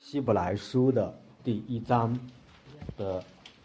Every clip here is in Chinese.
希伯来书的第1章的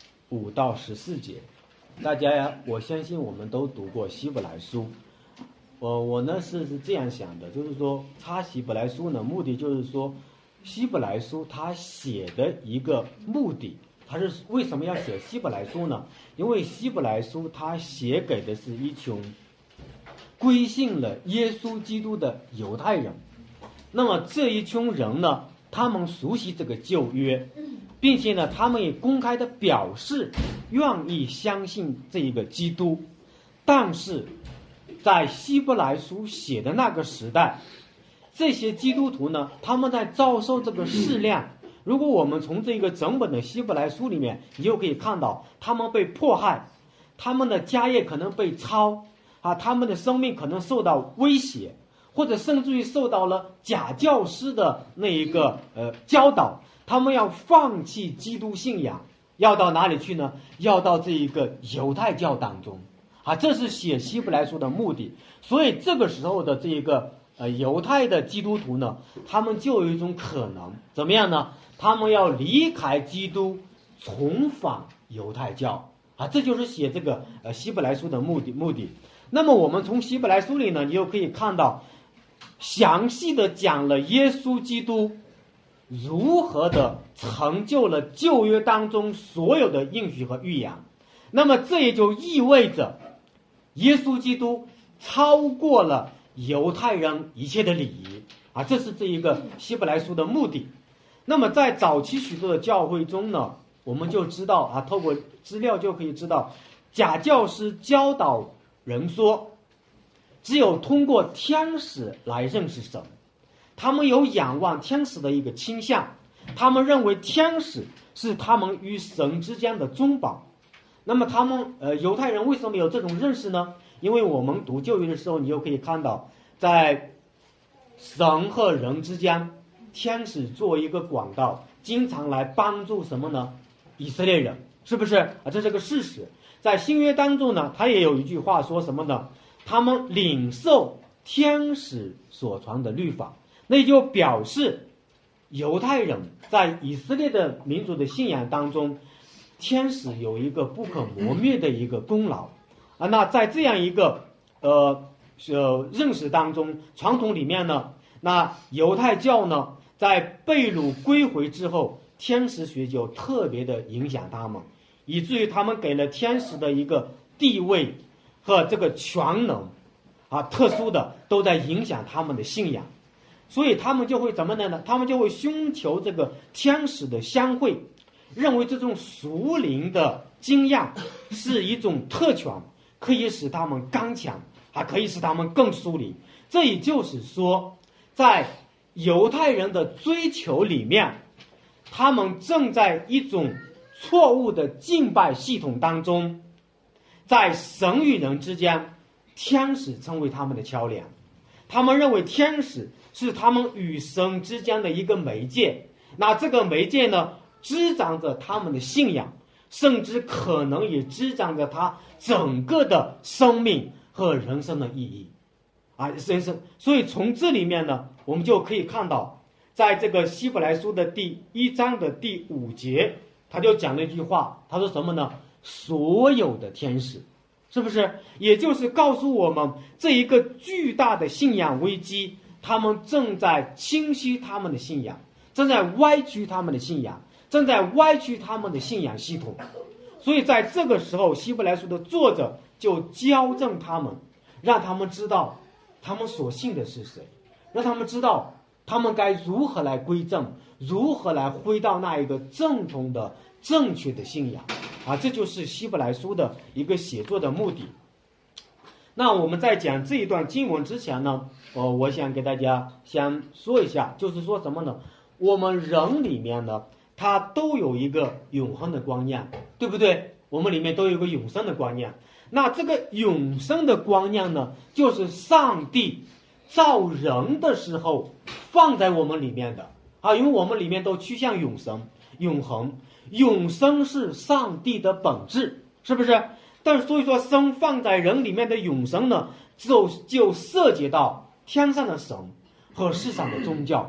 5到14节，大家呀，我相信我们都读过希伯来书。我呢是这样想的，就是说他希伯来书呢，目的就是说，希伯来书他写的一个目的，他是为什么要写希伯来书呢？因为希伯来书他写给的是一群归信了耶稣基督的犹太人。那么这一群人呢，他们熟悉这个旧约，并且呢，他们也公开的表示愿意相信这一个基督。但是在希伯来书写的那个时代，这些基督徒呢，他们在遭受这个试炼。如果我们从这个整本的希伯来书里面，你就可以看到他们被迫害，他们的家业可能被抄他们的生命可能受到威胁，或者甚至于受到了假教师的那一个教导，他们要放弃基督信仰，要到哪里去呢？要到这一个犹太教当中这是写希伯来书的目的。所以这个时候的这一个犹太的基督徒呢，他们就有一种可能怎么样呢？他们要离开基督，重返犹太教这就是写这个希伯来书的目的。那么我们从希伯来书里呢，你就可以看到详细的讲了耶稣基督如何的成就了旧约当中所有的应许和预言。那么这也就意味着耶稣基督超过了犹太人一切的礼仪这是这一个希伯来书的目的。那么在早期许多的教会中呢，我们就知道透过资料就可以知道，假教师教导人说只有通过天使来认识神，他们有仰望天使的一个倾向，他们认为天使是他们与神之间的中保。那么他们犹太人为什么有这种认识呢？因为我们读旧约的时候，你就可以看到在神和人之间，天使作为一个管道，经常来帮助什么呢？以色列人，是不是这是个事实。在新约当中呢，他也有一句话说什么呢？他们领受天使所传的律法，那就表示犹太人在以色列的民族的信仰当中，天使有一个不可磨灭的一个功劳那在这样一个认识当中，传统里面呢，那犹太教呢，在被掳归回之后，天使学就特别的影响他们，以至于他们给了天使的一个地位和这个全能特殊的都在影响他们的信仰。所以他们就会怎么呢？他们就会寻求这个天使的相会，认为这种属灵的经验是一种特权，可以使他们刚强可以使他们更疏离。这也就是说，在犹太人的追求里面，他们正在一种错误的敬拜系统当中，在神与人之间，天使成为他们的桥梁。他们认为天使是他们与神之间的一个媒介，那这个媒介呢，滋长着他们的信仰，甚至可能也滋长着他整个的生命和人生的意义人生。所以从这里面呢，我们就可以看到，在这个希伯来书的第1章的第5节，他就讲了一句话，他说什么呢？所有的天使，是不是？也就是告诉我们，这一个巨大的信仰危机，他们正在清晰他们的信仰，正在歪曲他们的信仰，正在歪曲他们的信仰系统。所以在这个时候，希伯来书的作者就矫正他们，让他们知道他们所信的是谁，让他们知道他们该如何来归正，如何来回到那一个正统的正确的信仰这就是希伯来书的一个写作的目的。那我们在讲这一段经文之前呢，我想给大家先说一下，就是说什么呢？我们人里面呢，它都有一个永恒的观念，对不对？我们里面都有一个永生的观念。那这个永生的观念呢，就是上帝造人的时候放在我们里面的因为我们里面都趋向永生、永恒。永生是上帝的本质，是不是？但是所以说，生放在人里面的永生呢，就涉及到天上的神和世上的宗教。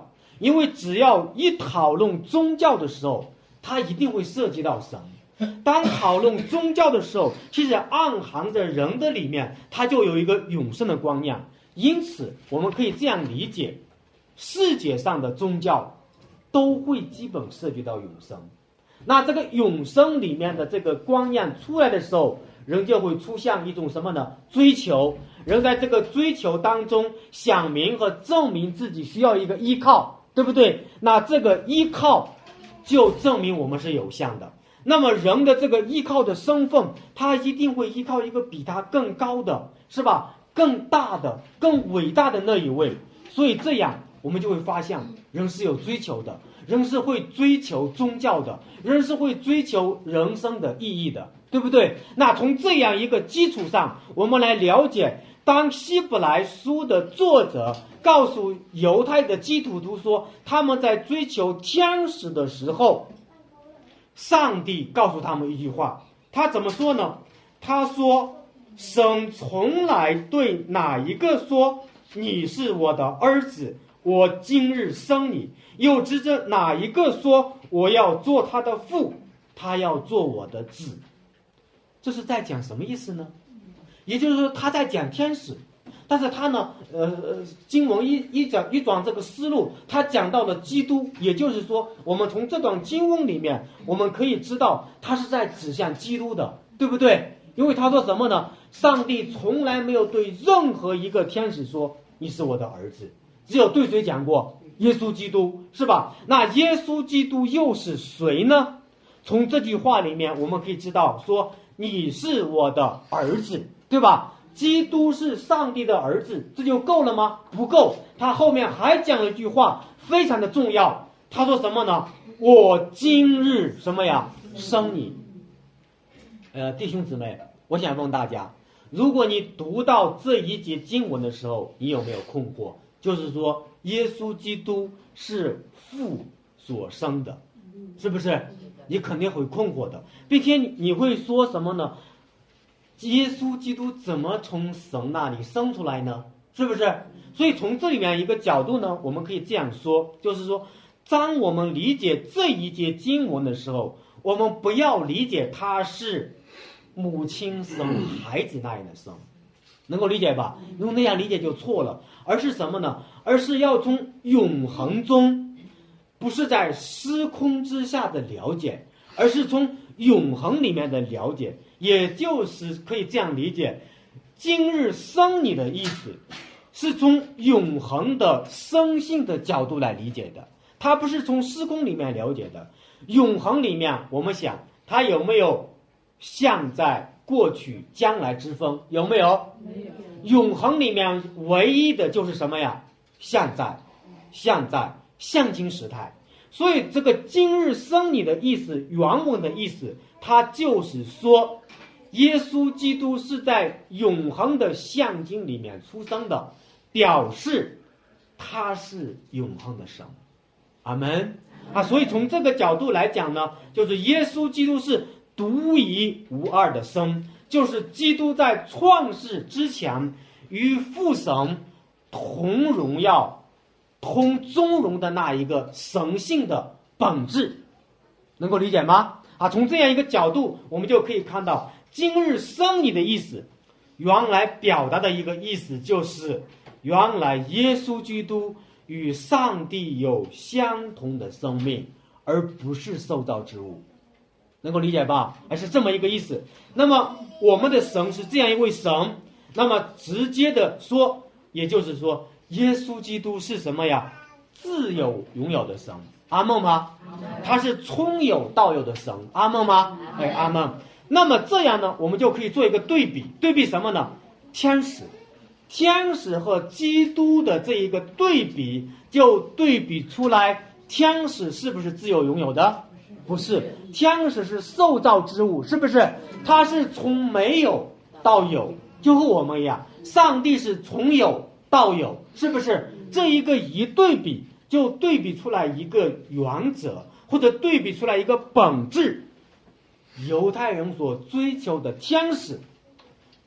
因为只要一讨论宗教的时候，它一定会涉及到神。当讨论宗教的时候，其实暗含着人的里面，它就有一个永生的观念。因此我们可以这样理解，世界上的宗教都会基本涉及到永生。那这个永生里面的这个观念出来的时候，人就会出现一种什么呢？追求。人在这个追求当中想明和证明自己需要一个依靠，对不对？那这个依靠就证明我们是有限的。那么人的这个依靠的身份，他一定会依靠一个比他更高的，是吧？更大的、更伟大的那一位。所以这样我们就会发现，人是有追求的，人是会追求宗教的，人是会追求人生的意义的，对不对？那从这样一个基础上，我们来了解，当希伯来书的作者告诉犹太的基督徒说，他们在追求天使的时候，上帝告诉他们一句话，他怎么说呢？他说，神从来对哪一个说你是我的儿子，我今日生你，又指着哪一个说我要做他的父，他要做我的子。这是在讲什么意思呢？也就是说他在讲天使，但是他呢经文一转这个思路，他讲到了基督。也就是说我们从这段经文里面我们可以知道他是在指向基督的，对不对？因为他说什么呢？上帝从来没有对任何一个天使说你是我的儿子，只有对谁讲过？耶稣基督，是吧？那耶稣基督又是谁呢？从这句话里面我们可以知道说，你是我的儿子，对吧？基督是上帝的儿子，这就够了吗？不够，他后面还讲了一句话非常的重要，他说什么呢？我今日什么呀？生你。弟兄姊妹，我想问大家，如果你读到这一节经文的时候，你有没有困惑？就是说耶稣基督是父所生的，是不是？你肯定会困惑的，并且你会说什么呢？耶稣基督怎么从神那里生出来呢？是不是？所以从这里面一个角度呢，我们可以这样说，就是说当我们理解这一节经文的时候，我们不要理解它是母亲生孩子那样的生，能够理解吧？用那样理解就错了，而是什么呢？而是要从永恒中，不是在时空之下的了解，而是从永恒里面的了解。也就是可以这样理解，今日生你的意思是从永恒的生性的角度来理解的，它不是从时空里面了解的。永恒里面我们想它有没有现在过去将来之分？有没有？没有。永恒里面唯一的就是什么呀？现在现今时态。所以这个今日生你的意思，原文的意思，它就是说耶稣基督是在永恒的现今里面出生的，表示他是永恒的神。阿们啊！所以从这个角度来讲呢，就是耶稣基督是独一无二的生，就是基督在创世之前与父神同荣耀同尊荣的那一个神性的本质，能够理解吗？啊，从这样一个角度我们就可以看到今日生你的意思，原来表达的一个意思就是原来耶稣基督与上帝有相同的生命，而不是受造之物，能够理解吧？还是这么一个意思。那么我们的神是这样一位神，那么直接的说，也就是说耶稣基督是什么呀？自有永有的神，阿们吗？他是从有到有的神，阿们吗？哎，阿们。那么这样呢，我们就可以做一个对比，对比什么呢？天使和基督的这一个对比，就对比出来天使是不是自有拥有的？不是，天使是受造之物，是不是？它是从没有到有，就和我们一样，上帝是从有到有，是不是？这一个一对比，就对比出来一个原则，或者对比出来一个本质。犹太人所追求的天使，他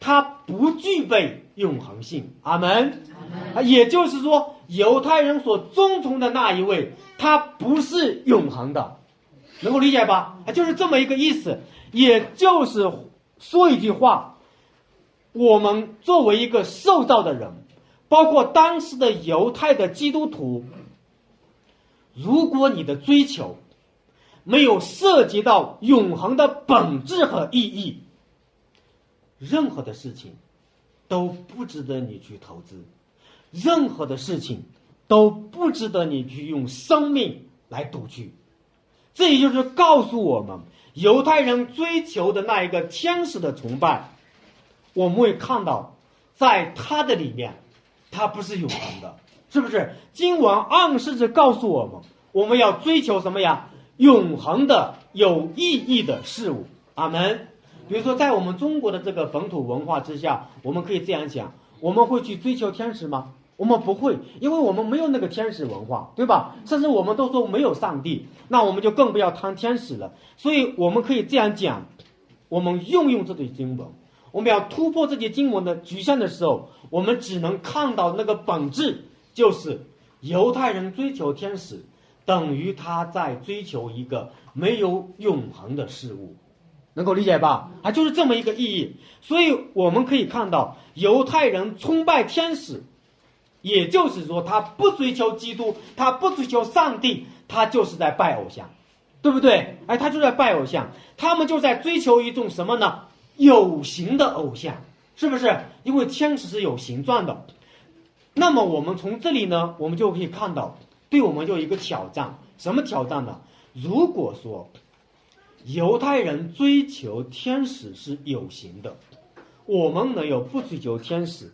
不具备永恒性。阿门。也就是说，犹太人所尊崇的那一位，他不是永恒的，能够理解吧？就是这么一个意思。也就是说一句话，我们作为一个受造的人，包括当时的犹太的基督徒，如果你的追求没有涉及到永恒的本质和意义，任何的事情都不值得你去投资，任何的事情都不值得你去用生命来赌去。这也就是告诉我们，犹太人追求的那一个天使的崇拜，我们会看到在它的里面，它不是永恒的，是不是？经文暗示着告诉我们，我们要追求什么呀？永恒的有意义的事物。阿门。比如说在我们中国的这个本土文化之下，我们可以这样讲，我们会去追求天使吗？我们不会，因为我们没有那个天使文化，对吧？甚至我们都说没有上帝，那我们就更不要谈天使了。所以我们可以这样讲，我们运用这些经文，我们要突破这些经文的局限的时候，我们只能看到那个本质，就是犹太人追求天使，等于他在追求一个没有永恒的事物，能够理解吧？就是这么一个意义。所以我们可以看到，犹太人崇拜天使，也就是说他不追求基督，他不追求上帝，他就是在拜偶像，对不对？他就在拜偶像，他们就在追求一种什么呢？有形的偶像，是不是？因为天使是有形状的。那么我们从这里呢，我们就可以看到，对我们就有一个挑战。什么挑战呢？如果说犹太人追求天使是有形的，我们能有不追求天使，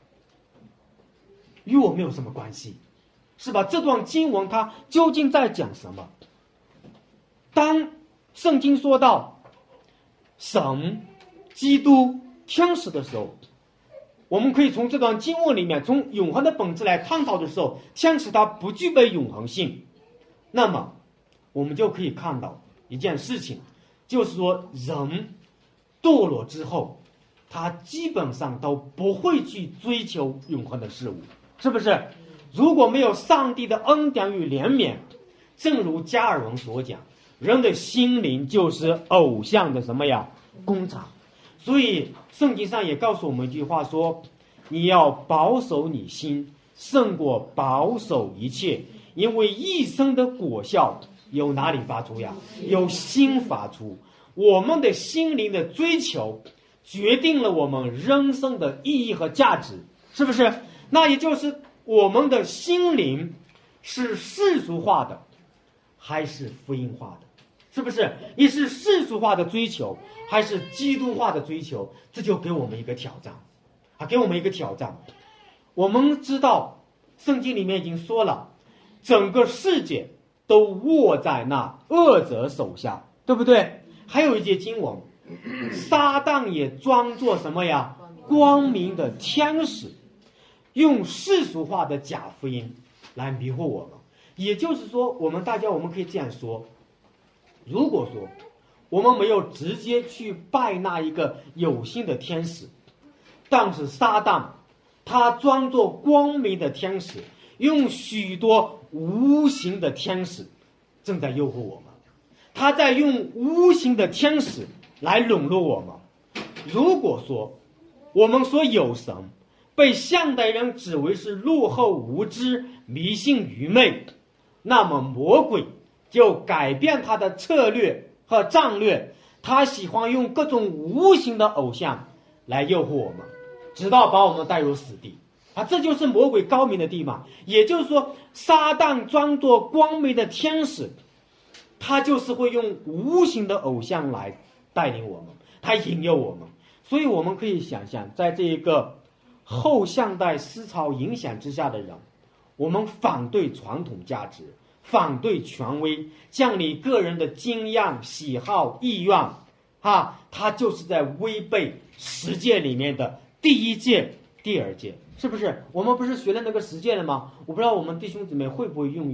与我没有什么关系，是吧？这段经文它究竟在讲什么？当圣经说到神、基督、天使的时候，我们可以从这段经文里面，从永恒的本质来探讨的时候，天使它不具备永恒性。那么我们就可以看到一件事情，就是说人堕落之后，他基本上都不会去追求永恒的事物，是不是？如果没有上帝的恩典与怜悯，正如加尔文所讲，人的心灵就是偶像的什么呀？工厂。所以圣经上也告诉我们一句话说，你要保守你心，胜过保守一切，因为一生的果效由哪里发出呀？由心发出。我们的心灵的追求决定了我们人生的意义和价值，是不是？那也就是我们的心灵是世俗化的还是福音化的，是不是？你是世俗化的追求还是基督化的追求？这就给我们一个挑战给我们一个挑战。我们知道圣经里面已经说了，整个世界都握在那恶者手下，对不对？还有一节经文，撒旦也装作什么呀？光明的天使，用世俗化的假福音来迷惑我们。也就是说，我们可以这样说，如果说我们没有直接去拜那一个有形的天使，但是撒旦他装作光明的天使，用许多无形的天使正在诱惑我们，他在用无形的天使来笼络我们。如果说我们说有神，被现代人指为是落后无知、迷信愚昧，那么魔鬼就改变他的策略和战略，他喜欢用各种无形的偶像来诱惑我们，直到把我们带入死地这就是魔鬼高明的地方。也就是说，撒旦装作光明的天使，他就是会用无形的偶像来带领我们，他引诱我们。所以我们可以想象，在这一个后现代思潮影响之下的人，我们反对传统价值，反对权威，降临个人的经验、喜好、意愿他就是在违背十诫里面的第一诫、第二诫，是不是？我们不是学了那个十诫了吗？我不知道我们弟兄姊妹会不会运用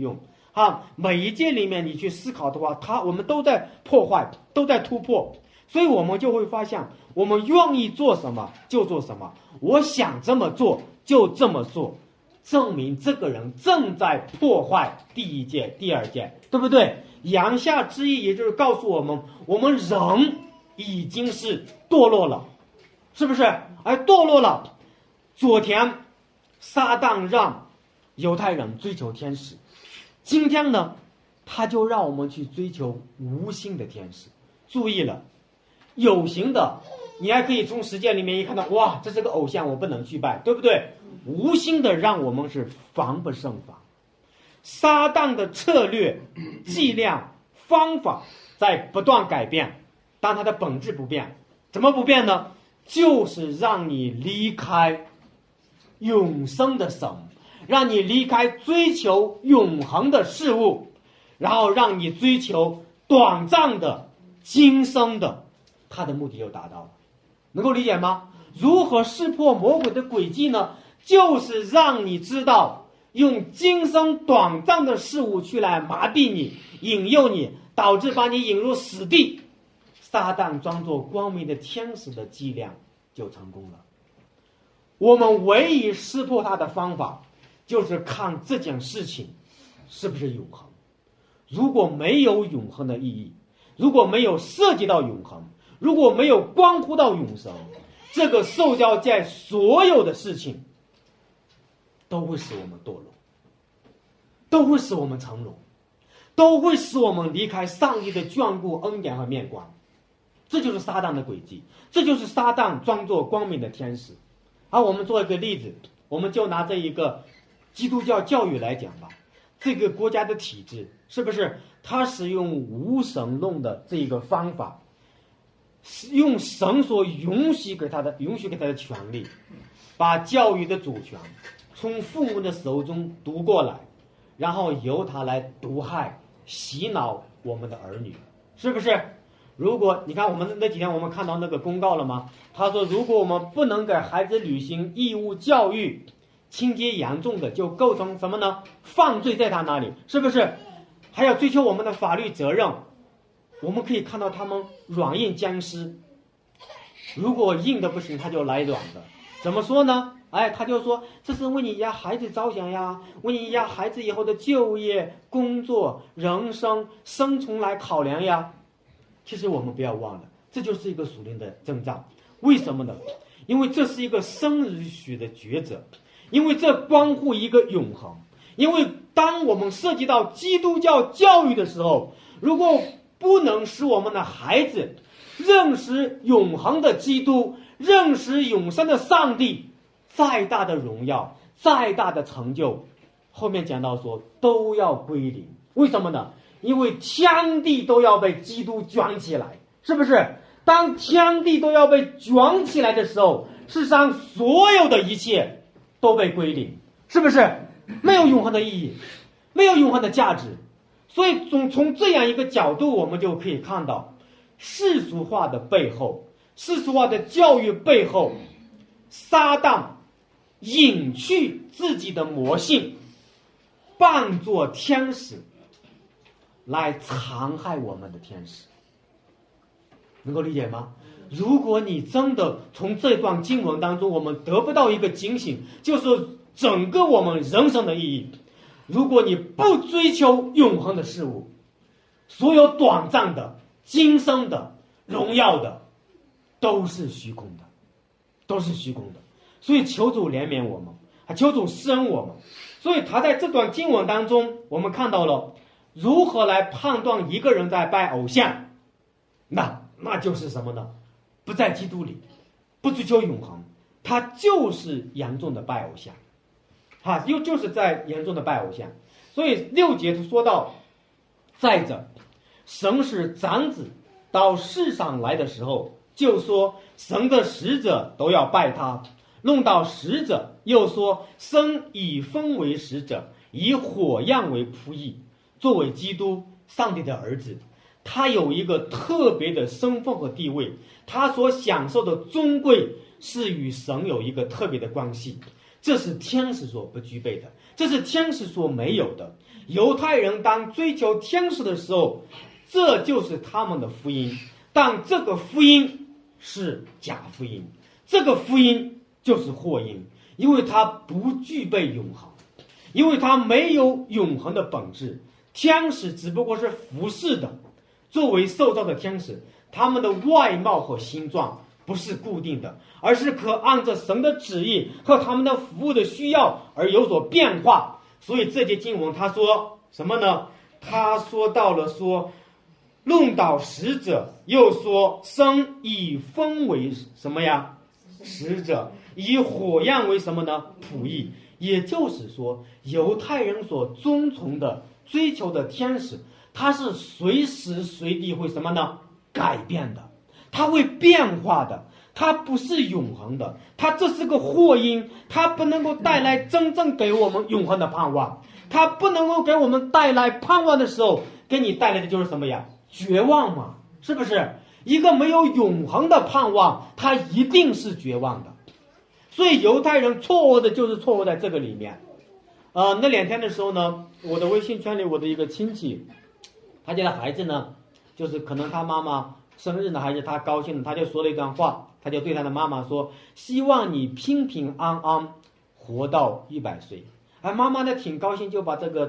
每一届里面你去思考的话，我们都在破坏，都在突破，所以我们就会发现，我们愿意做什么就做什么，我想这么做就这么做，证明这个人正在破坏第一届、第二届，对不对？言下之意也就是告诉我们，我们人已经是堕落了，是不是？而堕落了，昨天撒旦让犹太人追求天使，今天呢，他就让我们去追求无形的天使。注意了，有形的你还可以从实践里面一看到，哇，这是个偶像，我不能去拜，对不对？无形的让我们是防不胜防。撒旦的策略、伎俩、方法在不断改变，但它的本质不变。怎么不变呢？就是让你离开永生的神，让你离开追求永恒的事物，然后让你追求短暂的、今生的，他的目的就达到了。能够理解吗？如何识破魔鬼的诡计呢？就是让你知道，用今生短暂的事物去来麻痹你、引诱你，导致把你引入死地。撒旦装作光明的天使的伎俩就成功了。我们唯一识破他的方法，就是看这件事情是不是永恒。如果没有永恒的意义，如果没有涉及到永恒，如果没有关乎到永生，这个受教界所有的事情都会使我们堕落，都会使我们沉沦，都会使我们离开上帝的眷顾、恩典和面光。这就是撒旦的诡计，这就是撒旦装作光明的天使。而我们做一个例子，我们就拿这一个基督教教育来讲吧。这个国家的体制是不是他使用无神论的这个方法，用神所允许给他的权利，把教育的主权从父母的手中夺过来，然后由他来毒害、洗脑我们的儿女，是不是？如果你看我们那几天我们看到那个公告了吗？他说，如果我们不能给孩子履行义务教育，情节严重的就构成什么呢？犯罪在他那里，是不是？还要追求我们的法律责任。我们可以看到他们软硬兼施，如果硬的不行，他就来软的。怎么说呢？他就说这是为你家孩子着想呀，为你家孩子以后的就业、工作、人生、生存来考量呀。其实我们不要忘了，这就是一个属灵的征兆。为什么呢？因为这是一个生与死的抉择，因为这关乎一个永恒。因为当我们涉及到基督教教育的时候，如果不能使我们的孩子认识永恒的基督，认识永生的上帝，再大的荣耀，再大的成就，后面讲到说都要归零。为什么呢？因为天地都要被基督卷起来，是不是？当天地都要被卷起来的时候，世上所有的一切都被归零，是不是？没有永恒的意义，没有永恒的价值。所以从这样一个角度，我们就可以看到世俗化的背后，世俗化的教育背后，撒旦隐去自己的魔性，扮作天使来残害我们的天使。能够理解吗？如果你真的从这段经文当中我们得不到一个警醒，就是整个我们人生的意义，如果你不追求永恒的事物，所有短暂的、今生的、荣耀的都是虚空的，都是虚空的。所以求主怜悯我们，求主施恩我们。所以他在这段经文当中，我们看到了如何来判断一个人在拜偶像。那就是什么呢？不在基督里，不追求永恒，他就是严重的拜偶像，就是在严重的拜偶像。所以6节说到，再者，神使长子到世上来的时候，就说神的使者都要拜他。弄到使者，又说神以风为使者，以火焰为仆役，作为基督上帝的儿子。他有一个特别的身份和地位，他所享受的尊贵是与神有一个特别的关系。 这是天使所不具备的，这是天使所没有的。犹太人当追求天使的时候，这就是他们的福音，但这个福音是假福音，这个福音就是祸因，因为它不具备永恒，因为它没有永恒的本质。天使只不过是服侍的，作为受造的天使，他们的外貌和形状不是固定的，而是可按照神的旨意和他们的服务的需要而有所变化。所以这节经文他说什么呢？他说到了说论到使者，又说神以风为什么呀？使者，以火焰为什么呢？仆役。也就是说，犹太人所遵从的追求的天使，它是随时随地会什么呢？改变的，它会变化的，它不是永恒的，它这是个祸因，它不能够带来真正给我们永恒的盼望，它不能够给我们带来盼望的时候，给你带来的就是什么呀？绝望嘛，是不是？一个没有永恒的盼望，它一定是绝望的。所以犹太人错误的就是错误在这个里面。那2天的时候呢，我的微信圈里我的一个亲戚，他家的孩子呢，就是可能他妈妈生日呢，还是他高兴了，他就说了一段话，他就对他的妈妈说：希望你平平安安活到100岁。妈妈呢挺高兴，就把这个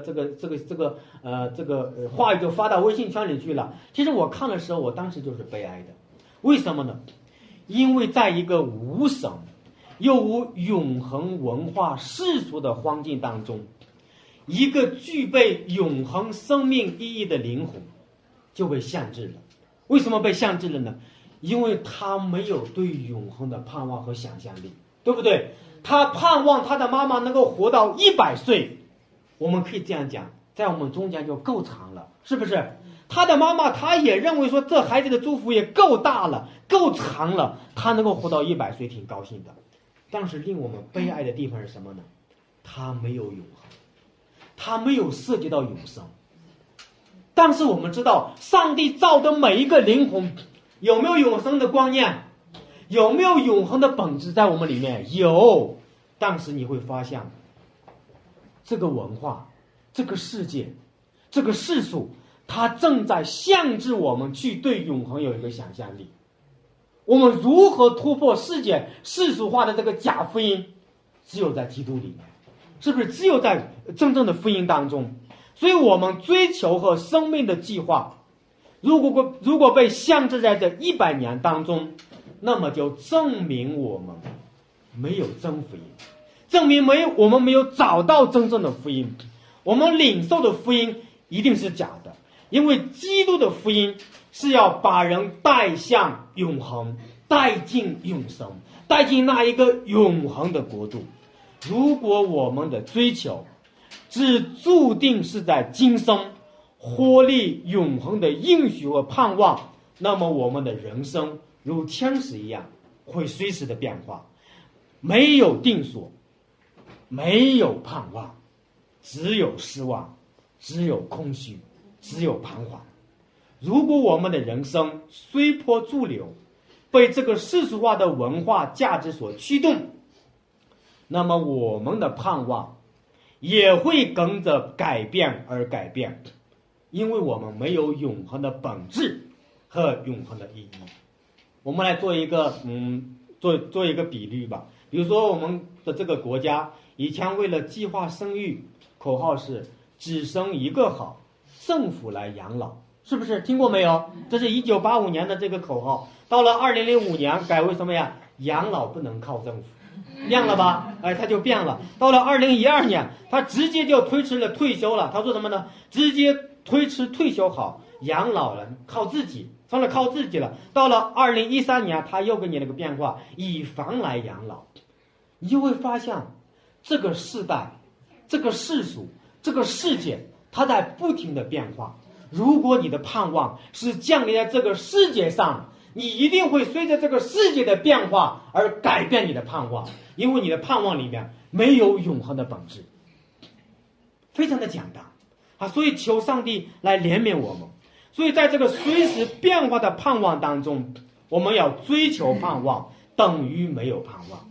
话语就发到微信圈里去了。其实我看的时候，我当时就是悲哀的。为什么呢？因为在一个无神又无永恒文化世俗的环境当中，一个具备永恒生命意义的灵魂就被限制了。为什么被限制了呢？因为他没有对永恒的盼望和想象力，对不对？他盼望他的妈妈能够活到100岁，我们可以这样讲，在我们中间就够长了，是不是？他的妈妈他也认为说，这孩子的祝福也够大了，够长了，他能够活到100岁，挺高兴的。但是令我们悲哀的地方是什么呢？他没有永恒，他没有涉及到永生。但是我们知道，上帝造的每一个灵魂有没有永生的观念？有没有永恒的本质在我们里面？有。但是你会发现，这个文化，这个世界，这个世俗，它正在限制我们去对永恒有一个想象力。我们如何突破世界世俗化的这个假福音？只有在基督里面，是不是？只有在真正的福音当中。所以我们追求和生命的计划，如果被限制在这100年当中，那么就证明我们没有真福音，证明我们没有找到真正的福音。我们领受的福音一定是假的，因为基督的福音是要把人带向永恒，带进永生，带进那一个永恒的国度。如果我们的追求只注定是在今生获利永恒的应许和盼望，那么我们的人生如天使一样会随时的变化，没有定所，没有盼望，只有失望，只有空虚，只有彷徨。如果我们的人生随波逐流，被这个世俗化的文化价值所驱动，那么我们的盼望也会跟着改变而改变，因为我们没有永恒的本质和永恒的意义。我们来做一个做一个比喻吧。比如说我们的这个国家以前为了计划生育，口号是只生一个好，政府来养老，是不是听过没有？这是1985年的这个口号。到了2005年改为什么呀？养老不能靠政府，变了吧？它就变了。到了2012年，他直接就推迟了退休了。他说什么呢？直接推迟退休好，养老人靠自己，成了靠自己了。到了2013年，他又给你了个变化，以房来养老。你就会发现，这个世代，这个世俗，这个世界，它在不停的变化。如果你的盼望是降临在这个世界上，你一定会随着这个世界的变化而改变你的盼望，因为你的盼望里面没有永恒的本质。非常的简单所以求上帝来怜悯我们。所以在这个随时变化的盼望当中，我们要追求盼望等于没有盼望。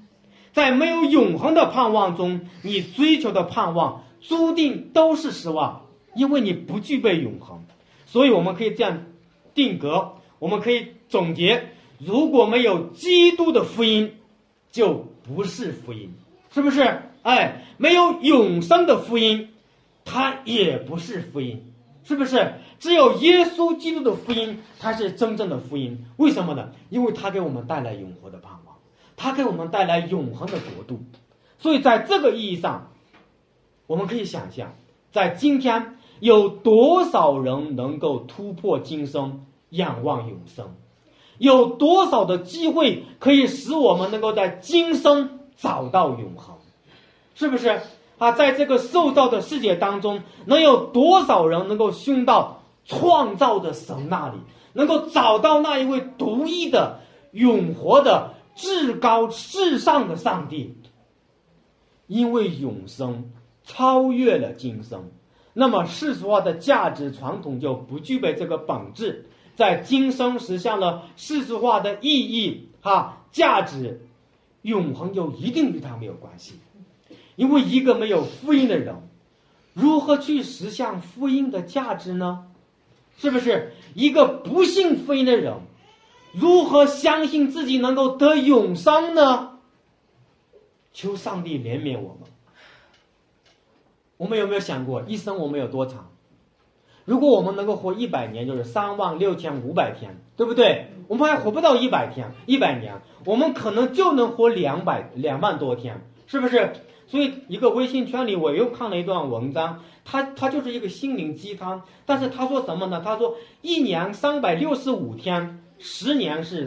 在没有永恒的盼望中，你追求的盼望注定都是失望，因为你不具备永恒。所以我们可以这样定格，我们可以总结，如果没有基督的福音，就不是福音，是不是？没有永生的福音，它也不是福音，是不是？只有耶稣基督的福音，它是真正的福音。为什么呢？因为它给我们带来永恒的盼望，它给我们带来永恒的国度。所以在这个意义上，我们可以想象，在今天有多少人能够突破今生，仰望永生？有多少的机会可以使我们能够在今生找到永恒？是不是在这个受造的世界当中，能有多少人能够寻到创造的神那里，能够找到那一位独一的永活的至高至上的上帝？因为永生超越了今生，那么世俗化的价值传统就不具备这个本质，在今生实现了世俗化的意义价值，永恒就一定与它没有关系。因为一个没有福音的人，如何去实现福音的价值呢？是不是？一个不信福音的人，如何相信自己能够得永生呢？求上帝怜悯我们。我们有没有想过，一生我们有多长？如果我们能够活100年，就是36500天，对不对？我们还活不到100年，我们可能就能活2万多天，是不是？所以一个微信圈里我又看了一段文章，他就是一个心灵鸡汤，但是他说什么呢？他说1年365天，10年是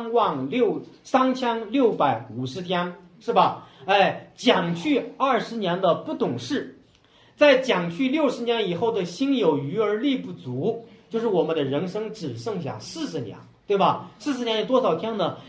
33650天，是吧？减去20年的不懂事，再减去60年以后的心有余而力不足，就是我们的人生只剩下40年，对吧？40年有多少天呢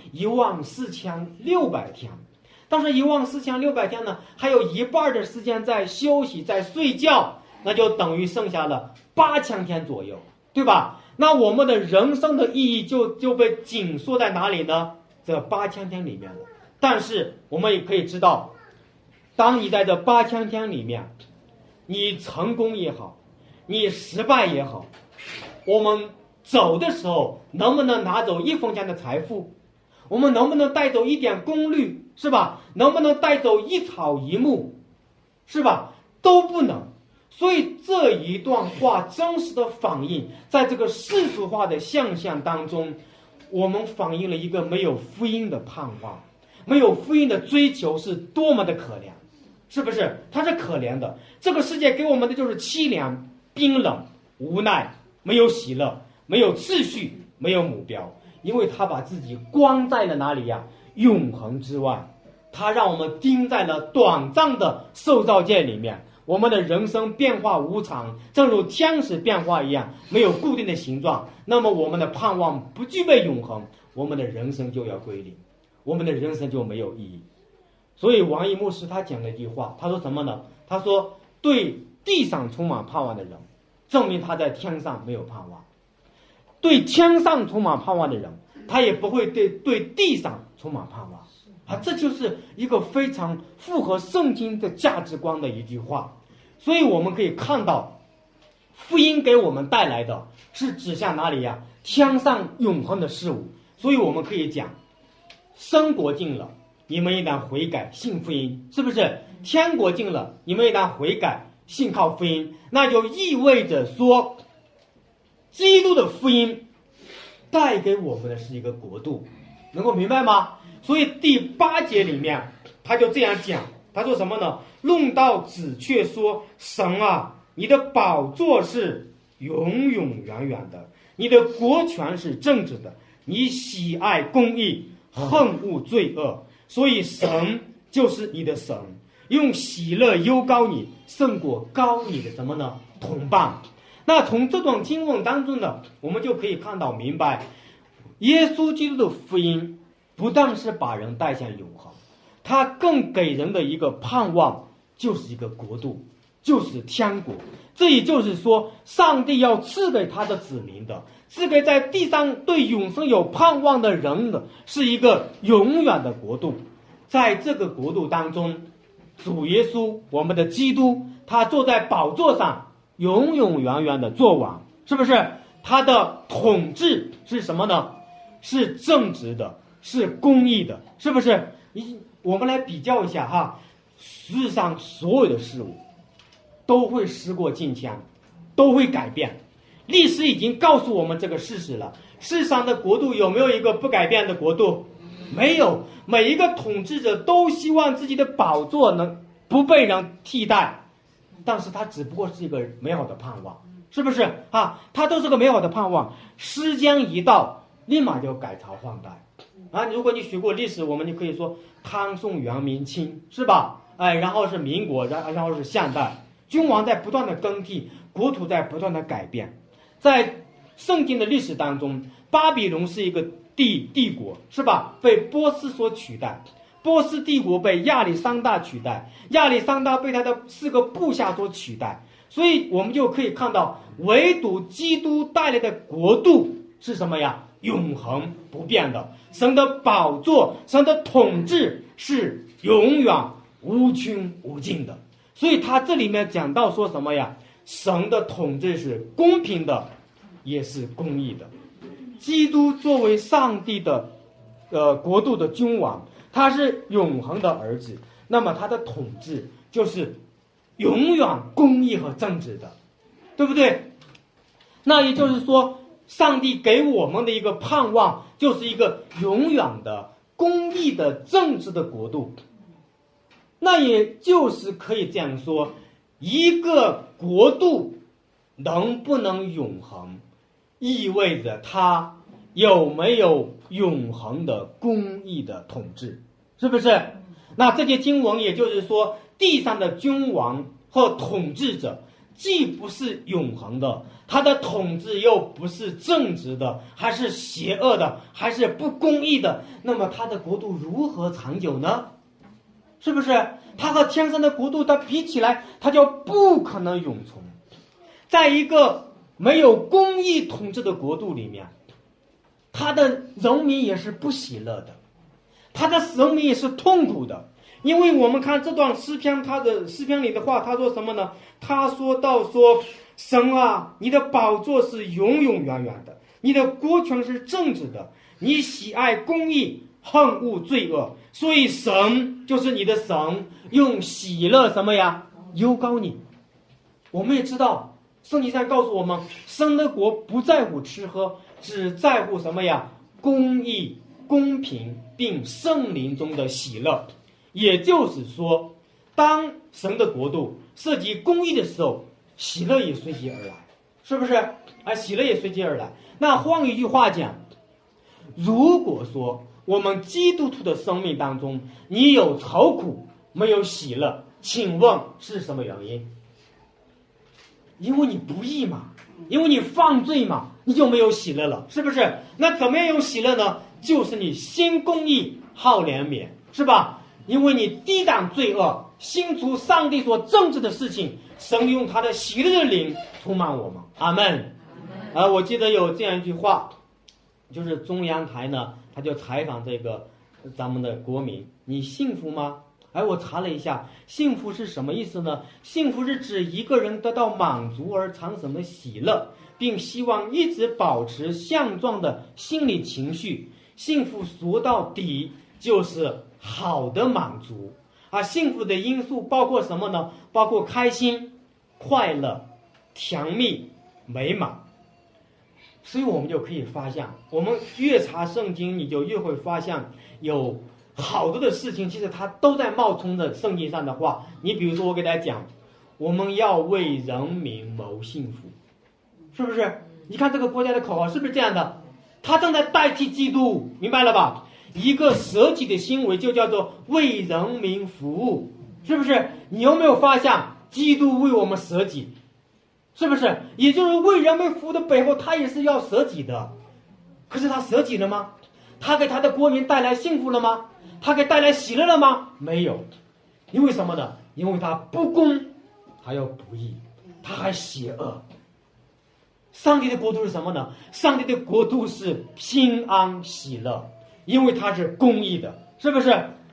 ？14600天。但是14600天呢，还有一半的时间在休息，在睡觉，那就等于剩下了8000天左右，对吧？那我们的人生的意义就被紧缩在哪里呢？这8000天里面了。但是我们也可以知道，当你在这8000天里面，你成功也好，你失败也好，我们走的时候能不能拿走1分钱的财富？我们能不能带走一点功率，是吧？能不能带走一草一木，是吧？都不能。所以这一段话真实的反映，在这个世俗化的现象当中，我们反映了一个没有福音的盼望，没有福音的追求是多么的可怜，是不是？它是可怜的。这个世界给我们的就是凄凉、冰冷、无奈，没有喜乐，没有秩序，没有目标。因为他把自己关在了哪里呀？永恒之外，他让我们钉在了短暂的受造界里面。我们的人生变化无常，正如天使变化一样，没有固定的形状。那么我们的盼望不具备永恒，我们的人生就要归零，我们的人生就没有意义。所以王一牧师他讲了一句话，他说什么呢？他说对地上充满盼望的人，证明他在天上没有盼望。对天上充满盼望的人，他也不会对地上充满盼望这就是一个非常符合圣经的价值观的一句话。所以我们可以看到，福音给我们带来的是指向哪里呀？天上永恒的事物。所以我们可以讲，生国近了，你们应当悔改信福音，是不是？天国近了，你们应当悔改信靠福音。那就意味着说，基督的福音带给我们的是一个国度，能够明白吗？所以第8节里面他就这样讲，他说什么呢？论到子却说，神啊，你的宝座是永永远远的，你的国权是正直的，你喜爱公义，恨恶罪恶，所以神就是你的神，用喜乐忧高你，胜过高你的什么呢？同伴。那从这段经文当中呢，我们就可以看到明白，耶稣基督的福音不但是把人带向永恒，他更给人的一个盼望，就是一个国度，就是天国。这也就是说，上帝要赐给他的子民的，赐给在地上对永生有盼望的人的，是一个永远的国度。 在这个国度当中，主耶稣我们的基督，他坐在宝座上永永远远的做王，是不是？他的统治是什么呢？是正直的，是公义的，是不是？我们来比较一下哈，世上所有的事物都会时过境迁，都会改变。历史已经告诉我们这个事实了。世上的国度有没有一个不改变的国度？没有。每一个统治者都希望自己的宝座能不被人替代，但是他只不过是一个美好的盼望，是不是啊？他都是个美好的盼望，时间一到，立马就改朝换代啊！如果你学过历史，我们就可以说唐宋元明清，是吧？哎，然后是民国，然后是现代，君王在不断的更替，国土在不断的改变。在圣经的历史当中，巴比伦是一个帝国，是吧？被波斯所取代，波斯帝国被亚历山大取代，亚历山大被他的4个部下所取代。所以我们就可以看到，唯独基督带来的国度是什么呀？永恒不变的。神的宝座，神的统治是永远无穷无尽的。所以他这里面讲到说什么呀？神的统治是公平的，也是公义的。基督作为上帝的国度的君王，他是永恒的儿子，那么他的统治就是永远公义和正直的，对不对？那也就是说，上帝给我们的一个盼望，就是一个永远的公义的正直的国度。那也就是可以这样说，一个国度能不能永恒，意味着它有没有永恒的公义的统治，是不是？那这些经文也就是说，地上的君王和统治者既不是永恒的，他的统治又不是正直的，还是邪恶的，还是不公义的，那么他的国度如何长久呢？是不是？他和天上的国度它比起来，它就不可能永存。在一个没有公义统治的国度里面，他的人民也是不喜乐的，他的人民也是痛苦的。因为我们看这段诗篇，他的诗篇里的话，他说什么呢？他说到说，神啊，你的宝座是永永远远的，你的国权是正直的，你喜爱公义，恨恶罪恶，所以神就是你的神，用喜乐什么呀？忧膏你。我们也知道，圣经上告诉我们，神的国不在乎吃喝，只在乎什么呀？公义、公平，并圣灵中的喜乐。也就是说，当神的国度涉及公义的时候，喜乐也随即而来，是不是？喜乐也随即而来。那换一句话讲，如果说我们基督徒的生命当中，你有愁苦，没有喜乐，请问是什么原因？因为你不义嘛，因为你犯罪嘛，你就没有喜乐了，是不是？那怎么样有喜乐呢？就是你心公义，好怜悯，是吧？因为你抵挡罪恶，心处上帝所正直的事情，神用他的喜乐的灵充满我们。阿们。我记得有这样一句话，就是中央台呢，他就采访这个咱们的国民，你幸福吗？我查了一下，幸福是什么意思呢？幸福是指一个人得到满足而产生的喜乐，并希望一直保持现状的心理情绪。幸福说到底就是好的满足。幸福的因素包括什么呢？包括开心、快乐、甜蜜、美满。所以我们就可以发现，我们越查圣经，你就越会发现有好多的事情，其实它都在冒充着圣经上的话。你比如说，我给大家讲，我们要为人民谋幸福，是不是？你看这个国家的口号是不是这样的？它正在代替基督，明白了吧？一个舍己的行为就叫做为人民服务，是不是？你有没有发现基督为我们舍己？是不是？也就是为人民服务的背后，他也是要舍己的。可是他舍己了吗？他给他的国民带来幸福了吗？他给带来喜乐了吗？没有。因为什么呢？因为他不公，还有不义，他还邪恶。上帝的国度是什么呢？上帝的国度是平安喜乐，因为他是公义的，是不是？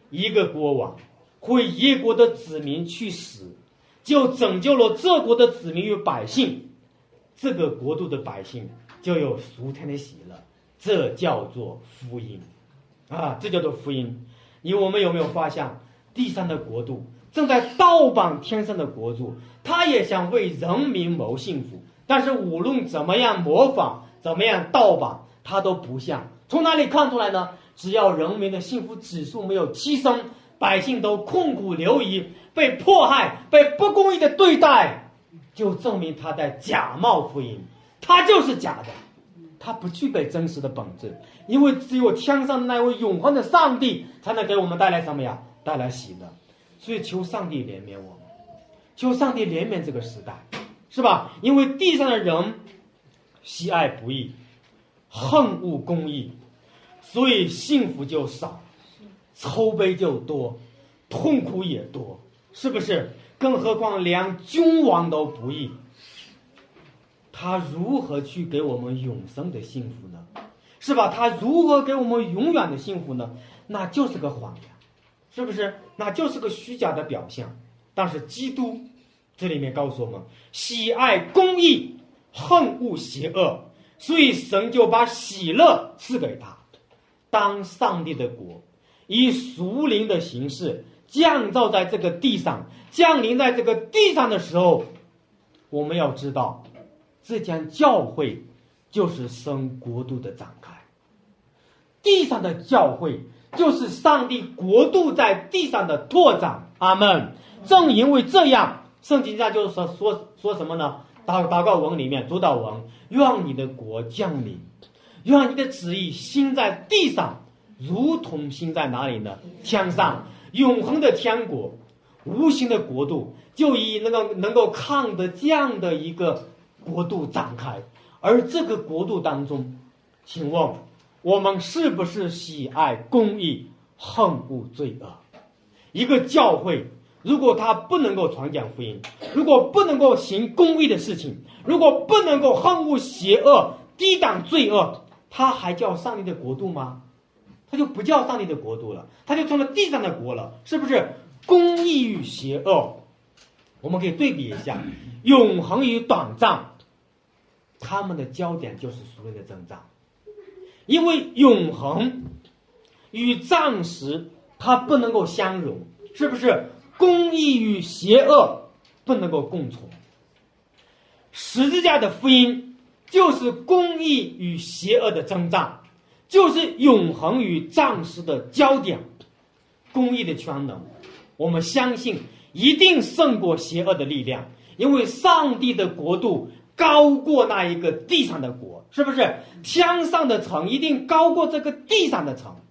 一个国王为一国的子民去死，就拯救了这国的子民与百姓，这个国度的百姓就有属天的喜乐，这叫做福音啊！这叫做福音。我们有没有发现，地上的国度正在倒榜天上的国度，他也想为人民谋幸福，但是无论怎么样模仿，怎么样倒榜，他都不像。从哪里看出来呢？只要人民的幸福指数没有提升，百姓都困苦流离，被迫害，被不公义的对待，就证明他在假冒福音，他就是假的，他不具备真实的本质。因为只有天上的那位永恒的上帝才能给我们带来什么呀？带来喜乐。所以求上帝怜悯我们，求上帝怜悯这个时代，是吧？因为地上的人喜爱不义，恨恶公义，所以幸福就少，愁悲就多，痛苦也多，是不是？更何况连君王都不义，他如何去给我们永生的幸福呢？是吧？他如何给我们永远的幸福呢？那就是个谎言，是不是？那就是个虚假的表象。但是基督这里面告诉我们，喜爱公义，恨恶邪恶，所以神就把喜乐赐给他。当上帝的国以属灵的形式降造在这个地上，降临在这个地上的时候，我们要知道，这间教会就是神国度的展开，地上的教会就是上帝国度在地上的拓展。阿们。正因为这样，圣经上就是说什么呢？祷告文里面，主祷文，愿你的国降临，愿你的旨意行在地上，如同行在哪里呢？天上。永恒的天国，无形的国度，就以能够看得见的一个国度展开。而这个国度当中，请问我们是不是喜爱公义，恨恶罪恶？一个教会如果他不能够传讲福音，如果不能够行公义的事情，如果不能够恨恶邪恶，抵挡罪恶，他还叫上帝的国度吗？他就不叫上帝的国度了，他就成了地上的国了，是不是？公义与邪恶，我们可以对比一下，永恒与短暂，他们的焦点就是属灵的增长。因为永恒与暂时它不能够相容，是不是？公义与邪恶不能够共存。十字架的福音就是公义与邪恶的征战，就是永恒与暂时的焦点。公义的全能，我们相信一定胜过邪恶的力量，因为上帝的国度高过那一个地上的国，是不是？天上的城一定高过这个地上的城。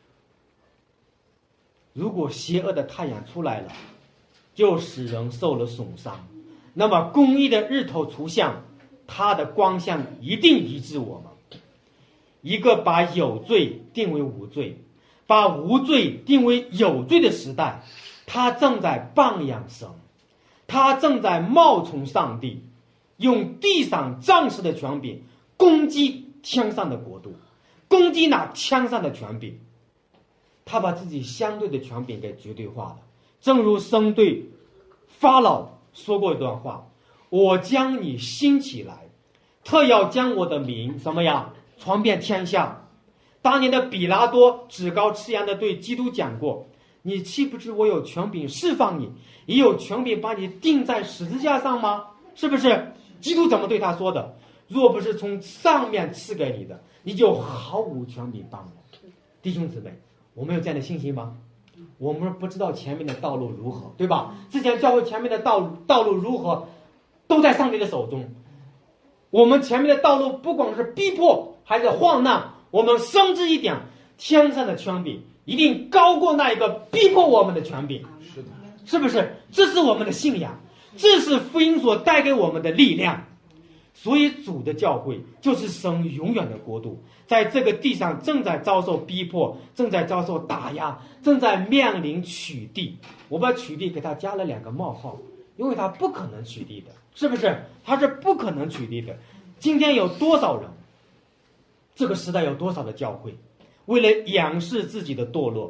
如果邪恶的太阳出来了，就使人受了损伤，那么公义的日头出现，它的光线一定医治我们。一个把有罪定为无罪，把无罪定为有罪的时代，他正在扮养神，他正在冒充上帝，用地上暂时的权柄攻击天上的国度，攻击那天上的权柄。他把自己相对的权柄给绝对化了。正如神对法老说过一段话，我将你兴起来，特要将我的名什么呀传遍天下。当年的比拉多趾高气扬的对基督讲过，你岂不知我有权柄释放你，也有权柄把你钉在十字架上吗？是不是？基督怎么对他说的？若不是从上面赐给你的，你就毫无权柄帮我。弟兄姊妹，我们有这样的信心吗？我们不知道前面的道路如何，对吧？之前教会前面的道路如何，都在上帝的手中。我们前面的道路不管是逼迫还是患难，我们深知一点，天上的权柄一定高过那一个逼迫我们的权柄。是的，是不是？这是我们的信仰，这是福音所带给我们的力量。所以主的教会就是神永远的国度，在这个地上正在遭受逼迫，正在遭受打压，正在面临取缔。我把取缔给他加了2个冒号，因为他不可能取缔的，是不是？他是不可能取缔的。今天有多少人，这个时代有多少的教会，为了掩饰自己的堕落，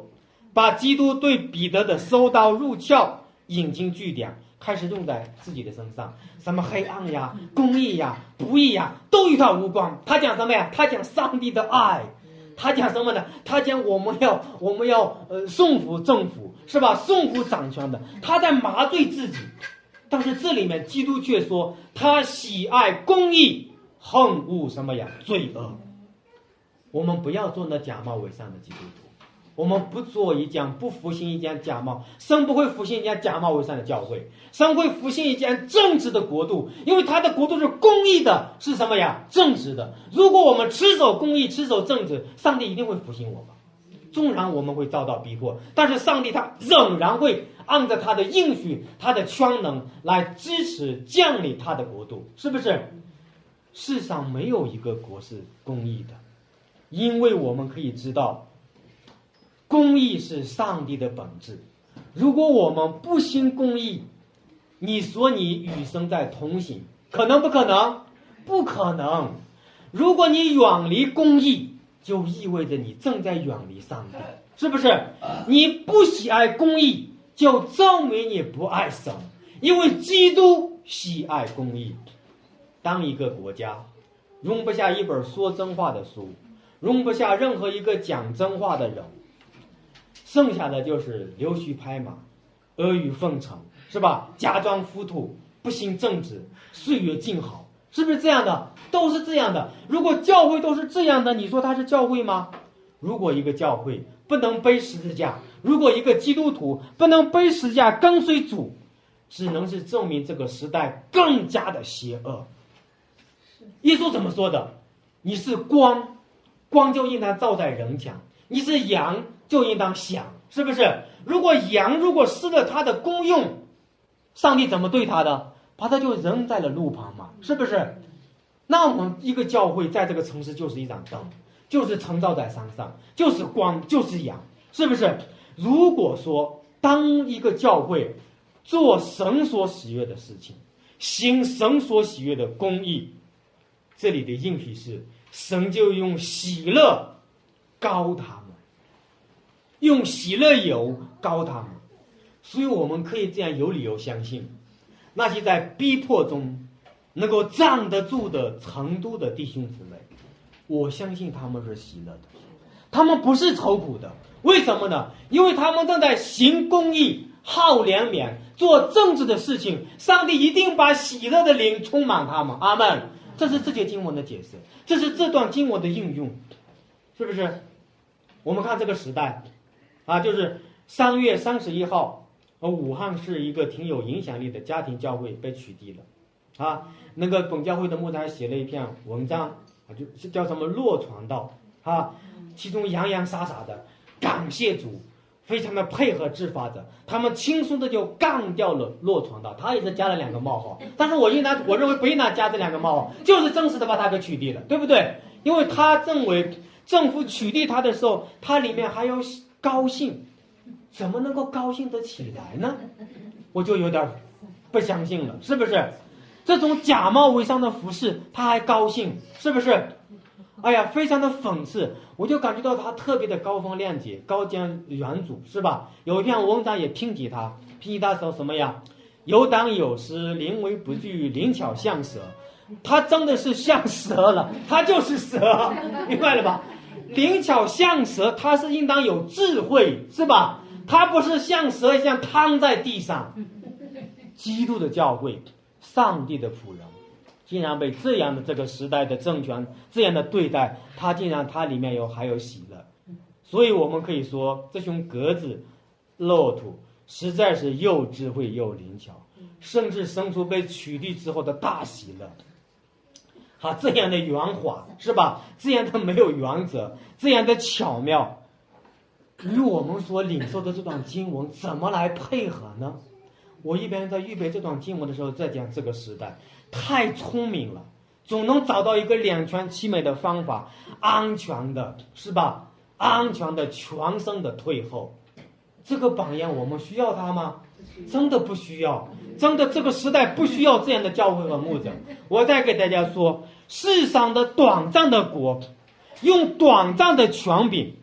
把基督对彼得的收刀入鞘引经据典，开始用在自己的身上，什么黑暗呀、公义呀、不义呀，都与他无关。他讲什么呀？他讲上帝的爱。他讲什么呢？他讲我们要顺服政府，是吧？顺服掌权的。他在麻醉自己。但是这里面基督却说，他喜爱公义，恨恶什么呀？罪恶。我们不要做那假冒伪善的基督徒，我们不复兴一间假冒，神不会复兴一间假冒伪善的教会，神会复兴一间正直的国度，因为他的国度是公义的，是什么呀？正直的。如果我们持守公义，持守正直，上帝一定会复兴我们。纵然我们会遭到逼迫，但是上帝他仍然会按照他的应许，他的全能来支持建立他的国度，是不是？世上没有一个国是公义的，因为我们可以知道公义是上帝的本质。如果我们不行公义，你说你与神在同行，可能不可能？不可能。如果你远离公义，就意味着你正在远离上帝，是不是？你不喜爱公义，就证明你不爱神，因为基督喜爱公义。当一个国家容不下一本说真话的书，容不下任何一个讲真话的人，剩下的就是溜须拍马、阿谀奉承，是吧？假装糊涂，不行正直，岁月静好，是不是这样的？都是这样的。如果教会都是这样的，你说它是教会吗？如果一个教会不能背十字架，如果一个基督徒不能背十字架跟随主，只能是证明这个时代更加的邪恶。耶稣怎么说的？你是光，光就应当照在人前；你是阳，就应当响，是不是？如果阳失了它的功用，上帝怎么对他的？把他就扔在了路旁嘛，是不是？那我们一个教会在这个城市就是一盏灯，就是承照在山上，就是光，就是阳，是不是？如果说当一个教会做神所喜悦的事情，行神所喜悦的公义，这里的应许是神就用喜乐膏他们，用喜乐油膏他们。所以我们可以这样有理由相信，那些在逼迫中能够站得住的成都的弟兄姊妹，我相信他们是喜乐的，他们不是愁苦的。为什么呢？因为他们正在行公义、好怜悯、做正直的事情，上帝一定把喜乐的灵充满他们。阿们。这是这节经文的解释，这是这段经文的应用，是不是？我们看这个时代啊，就是3月31号，武汉是一个挺有影响力的家庭教会被取缔了啊。那个本教会的牧师还写了一篇文章啊，就叫什么落传道啊，其中洋洋洒洒的感谢主，非常的配合执法者，他们轻松的就干掉了落传道。他也是加了2个冒号，但是我认为不应当加这2个冒号，就是正式的把他给取缔了，对不对？因为他认为政府取缔他的时候，他里面还有高兴，怎么能够高兴得起来呢？我就有点不相信了，是不是？这种假冒伪善的服饰他还高兴，是不是？哎呀，非常的讽刺，我就感觉到他特别的高风亮节、高瞻远瞩，是吧？有一篇文章也评级他说什么呀？有党有时，临危不惧，灵巧像蛇。他真的是像蛇了，他就是蛇，明白了吧？灵巧像蛇，他是应当有智慧，是吧？他不是像蛇一样瘫在地上。基督的教会，上帝的仆人，竟然被这样的这个时代的政权这样的对待，他竟然他里面还有喜乐。所以我们可以说，这群鸽子、骆驼实在是又智慧又灵巧，甚至生出被取缔之后的大喜乐。这样的圆滑，是吧？这样的没有原则，这样的巧妙，与我们所领受的这段经文怎么来配合呢？我一边在预备这段经文的时候，在讲这个时代太聪明了，总能找到一个两全其美的方法，安全的，是吧？安全的全身的退后。这个榜样我们需要它吗？真的不需要，真的这个时代不需要这样的教会和牧者。我再给大家说，世上的短暂的国，用短暂的权柄，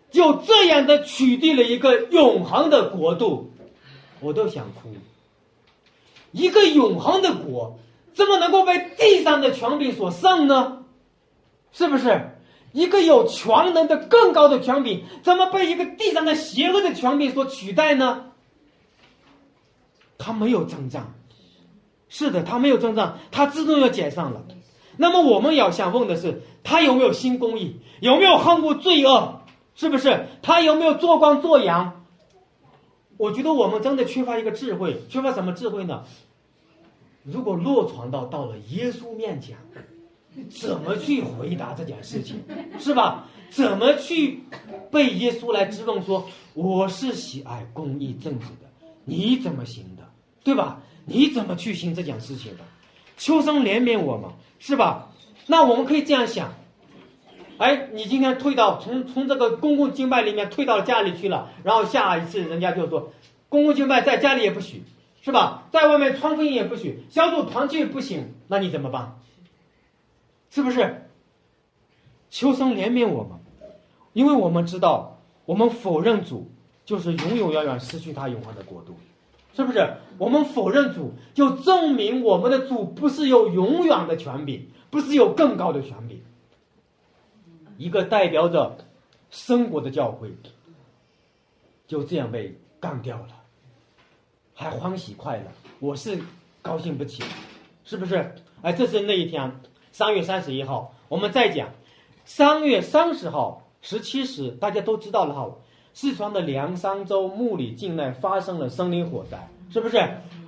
就这样的取缔了一个永恒的国度，我都想哭。一个永恒的国怎么能够被地上的权柄所胜呢？是不是？一个有全能的更高的权柄怎么被一个地上的邪恶的权柄所取代呢？它没有增长。是的，它没有增长，它自动要减上了。那么我们要想问的是，它有没有新公义？有没有恨恶罪恶？是不是？它有没有做光做阳？我觉得我们真的缺乏一个智慧。缺乏什么智慧呢？如果落传到了耶稣面前，怎么去回答这件事情？是吧？怎么去被耶稣来质问说，我是喜爱公义正直的，你怎么行的？对吧？你怎么去行这件事情的？求神怜悯我们，是吧？那我们可以这样想，哎，你今天退到从这个公共敬拜里面退到家里去了，然后下一次人家就说，公共敬拜在家里也不许，是吧？在外面传福音也不许，小组团聚不行，那你怎么办？是不是？求神怜悯我们，因为我们知道，我们否认主，就是永永远远失去他永恒的国度。是不是？我们否认主，就证明我们的主不是有永远的权柄，不是有更高的权柄。一个代表着生活的教会，就这样被干掉了，还欢喜快乐，我是高兴不起，是不是？哎，这是那一天，3月31号，我们再讲，3月30号17时，大家都知道了哈。四川的凉山州木里境内发生了森林火灾，是不是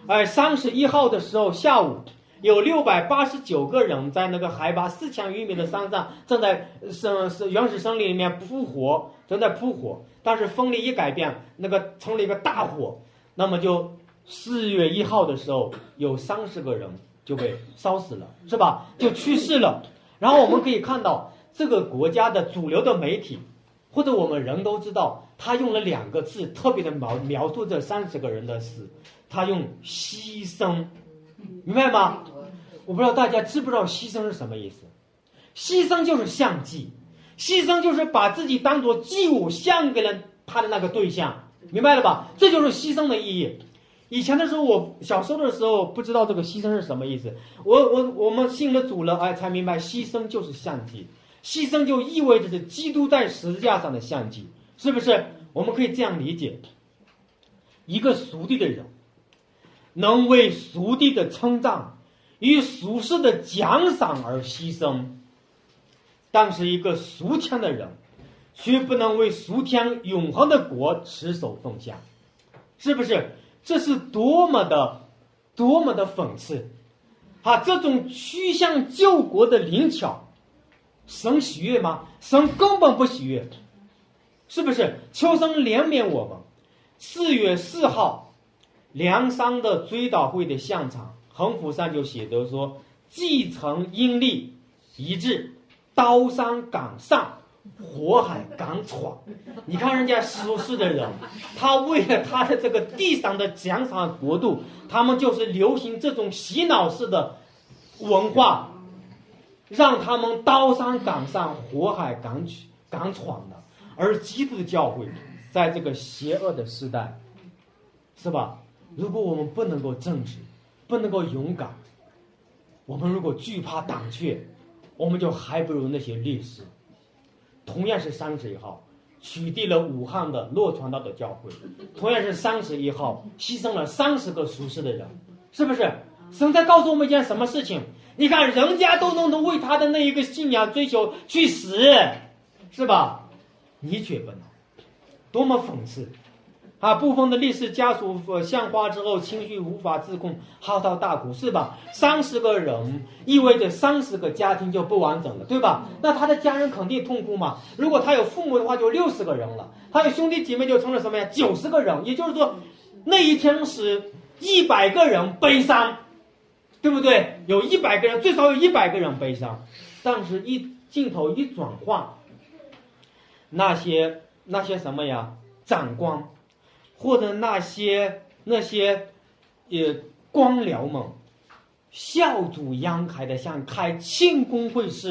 ？31号的时候下午，有689个人在那个海拔4000余米的山上，正在原始森林里面扑火，正在扑火。但是风力一改变，那个成了一个大火。那么就4月1号的时候，有30个人就被烧死了，是吧？就去世了。然后我们可以看到，这个国家的主流的媒体，或者我们人都知道，他用了2个字特别的描述这30个人的死，他用牺牲，明白吗？我不知道大家知不知道牺牲是什么意思？牺牲就是献祭，牺牲就是把自己当作祭物献给了他的那个对象，明白了吧？这就是牺牲的意义。以前的时候，我小时候的时候不知道这个牺牲是什么意思，我们信了主了，哎，才明白牺牲就是献祭。牺牲就意味着是基督在十字架上的献祭，是不是？我们可以这样理解，一个属地的人能为属地的称赞与属世的奖赏而牺牲，但是一个属天的人却不能为属天永恒的国持守奉献，是不是？这是多么的讽刺啊！这种趋向救国的灵巧，神喜悦吗？神根本不喜悦，是不是？求神怜悯我们。4月4号，凉山的追悼会的现场，横幅上就写着说：继承阴历一致，刀山赶上，火海赶闯。你看人家属世的人，他为了他的这个地上的奖赏国度，他们就是流行这种洗脑式的文化，让他们刀山赶上，火海赶闯的。而基督的教会在这个邪恶的时代，是吧？如果我们不能够正直，不能够勇敢，我们如果惧怕胆怯，我们就还不如那些烈士。同样是31号取缔了武汉的洛传道的教会，同样是31号牺牲了30个属世的人，是不是？神在告诉我们一件什么事情？你看人家都能为他的那一个信仰追求去死，是吧？你却不能，多么讽刺啊！部分的烈士家属献花之后情绪无法自控，嚎啕大哭，是吧？30个人意味着30个家庭就不完整了，对吧？那他的家人肯定痛苦嘛。如果他有父母的话，就60个人了；他有兄弟姐妹，就成了什么呀？90个人。也就是说，那一天是100个人悲伤，对不对？有100个人，最少有100个人悲伤。但是镜头一转换，那些什么呀？长官。或者那些官僚们笑逐颜开的，像开庆功会似的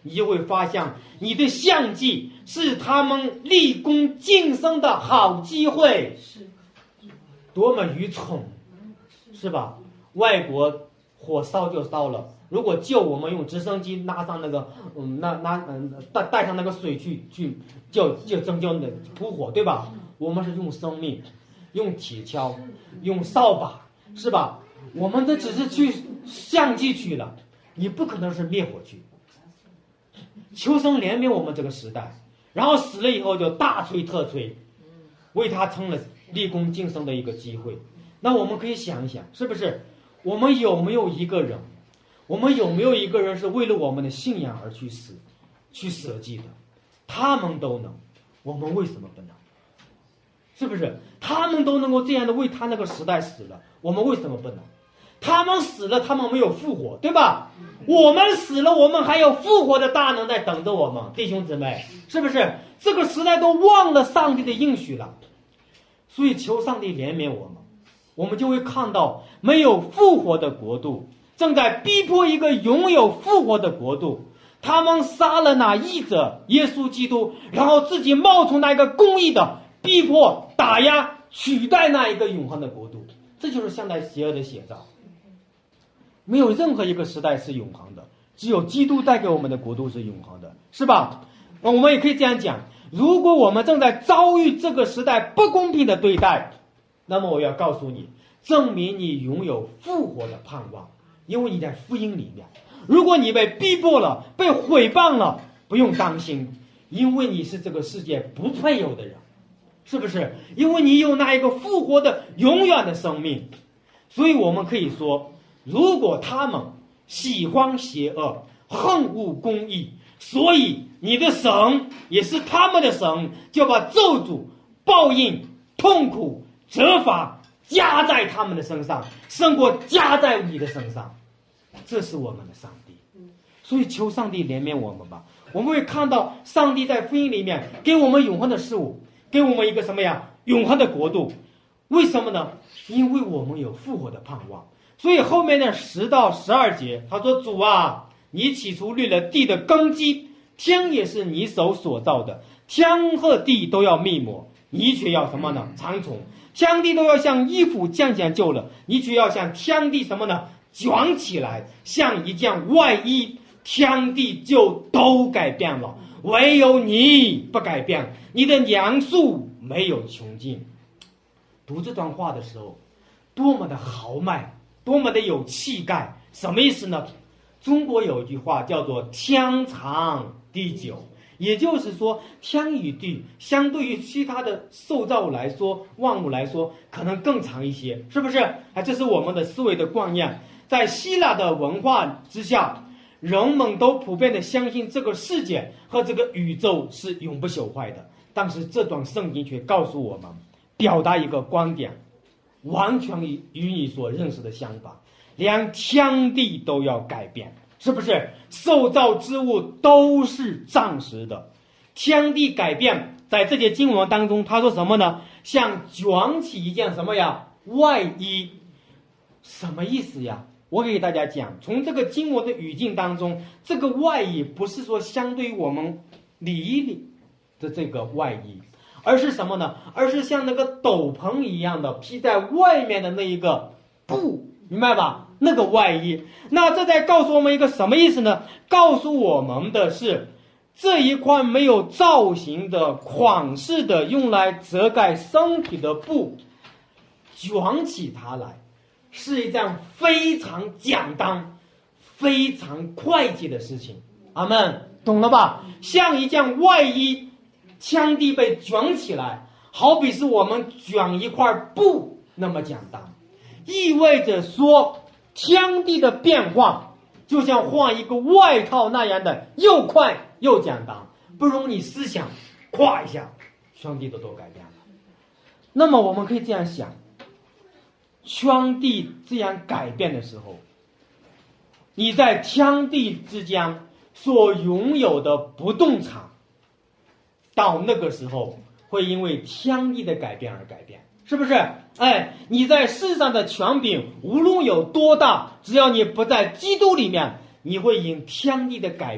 你就会发现你的相继是他们立功晋升的好机会。多么愚蠢，是吧？外国火烧就烧了，如果救我们用直升机拉上那个带上那个水去就拯救那扑火，对吧？我们是用生命，用铁锹，用扫把，是吧？我们这只是去相机去了，你不可能是灭火去。求神怜悯我们这个时代，然后死了以后就大吹特吹，为他成了立功晋升的一个机会。那我们可以想一想，是不是我们有没有一个人，是为了我们的信仰而去死去舍己的？他们都能，我们为什么不能？是不是他们都能够这样的为他那个时代死了，我们为什么不能？他们死了，他们没有复活，对吧？我们死了，我们还有复活的大能在等着我们，弟兄姊妹，是不是？这个时代都忘了上帝的应许了，所以求上帝怜悯我们，我们就会看到没有复活的国度正在逼迫一个拥有复活的国度。他们杀了那义者耶稣基督，然后自己冒充那个公义的，逼迫打压取代那一个永恒的国度。这就是现代邪恶的写照。没有任何一个时代是永恒的，只有基督带给我们的国度是永恒的，是吧？我们也可以这样讲，如果我们正在遭遇这个时代不公平的对待，那么我要告诉你，证明你拥有复活的盼望，因为你在福音里面。如果你被逼迫了，被毁谤了，不用担心，因为你是这个世界不配有的人，是不是？因为你有那一个复活的永远的生命。所以我们可以说，如果他们喜欢邪恶，恨恶公义，所以你的神也是他们的神，就把咒诅、报应、痛苦、责罚加在他们的身上，胜过加在你的身上。这是我们的上帝。所以求上帝怜悯我们吧。我们会看到上帝在福音里面给我们永恒的事物，给我们一个什么呀？永恒的国度。为什么呢？因为我们有复活的盼望。所以后面的10到12节他说，主啊，你起初立了地的根基，天也是你手所造的，天和地都要灭没，你却要什么呢？长存。天地都要像衣服渐渐旧了，你却要像天地什么呢？卷起来，像一件外衣，天地就都改变了，唯有你不改变，你的年数没有穷尽。读这段话的时候，多么的豪迈，多么的有气概。什么意思呢？中国有一句话叫做天长地久，也就是说天与地相对于其他的受造物来说，万物来说可能更长一些，是不是？这是我们的思维的观念。在希腊的文化之下，人们都普遍的相信这个世界和这个宇宙是永不朽坏的。但是这段圣经却告诉我们，表达一个观点，完全与你所认识的相反，连天地都要改变，是不是？受造之物都是暂时的，天地改变，在这节经文当中他说什么呢？像卷起一件什么呀？外衣。什么意思呀？我给大家讲，从这个经文的语境当中，这个外衣不是说相对于我们礼仪里的这个外衣，而是什么呢？而是像那个斗篷一样的披在外面的那一个布，明白吧？那个外衣。那这在告诉我们一个什么意思呢？告诉我们的是，这一块没有造型的款式的用来遮盖身体的布，卷起它来是一件非常简单非常快捷的事情。阿们，懂了吧？像一件外衣，天地被卷起来，好比是我们卷一块布那么简单，意味着说天地的变化就像换一个外套那样的又快又简单，不容你思想，咵一下天地都改变了。那么我们可以这样想，天地这样改变的时候，你在天地之间所拥有的不动产，到那个时候会因为天地的改变而改变，是不是？你在世上的权柄无论有多大，只要你不在基督里面，你会因天地的改变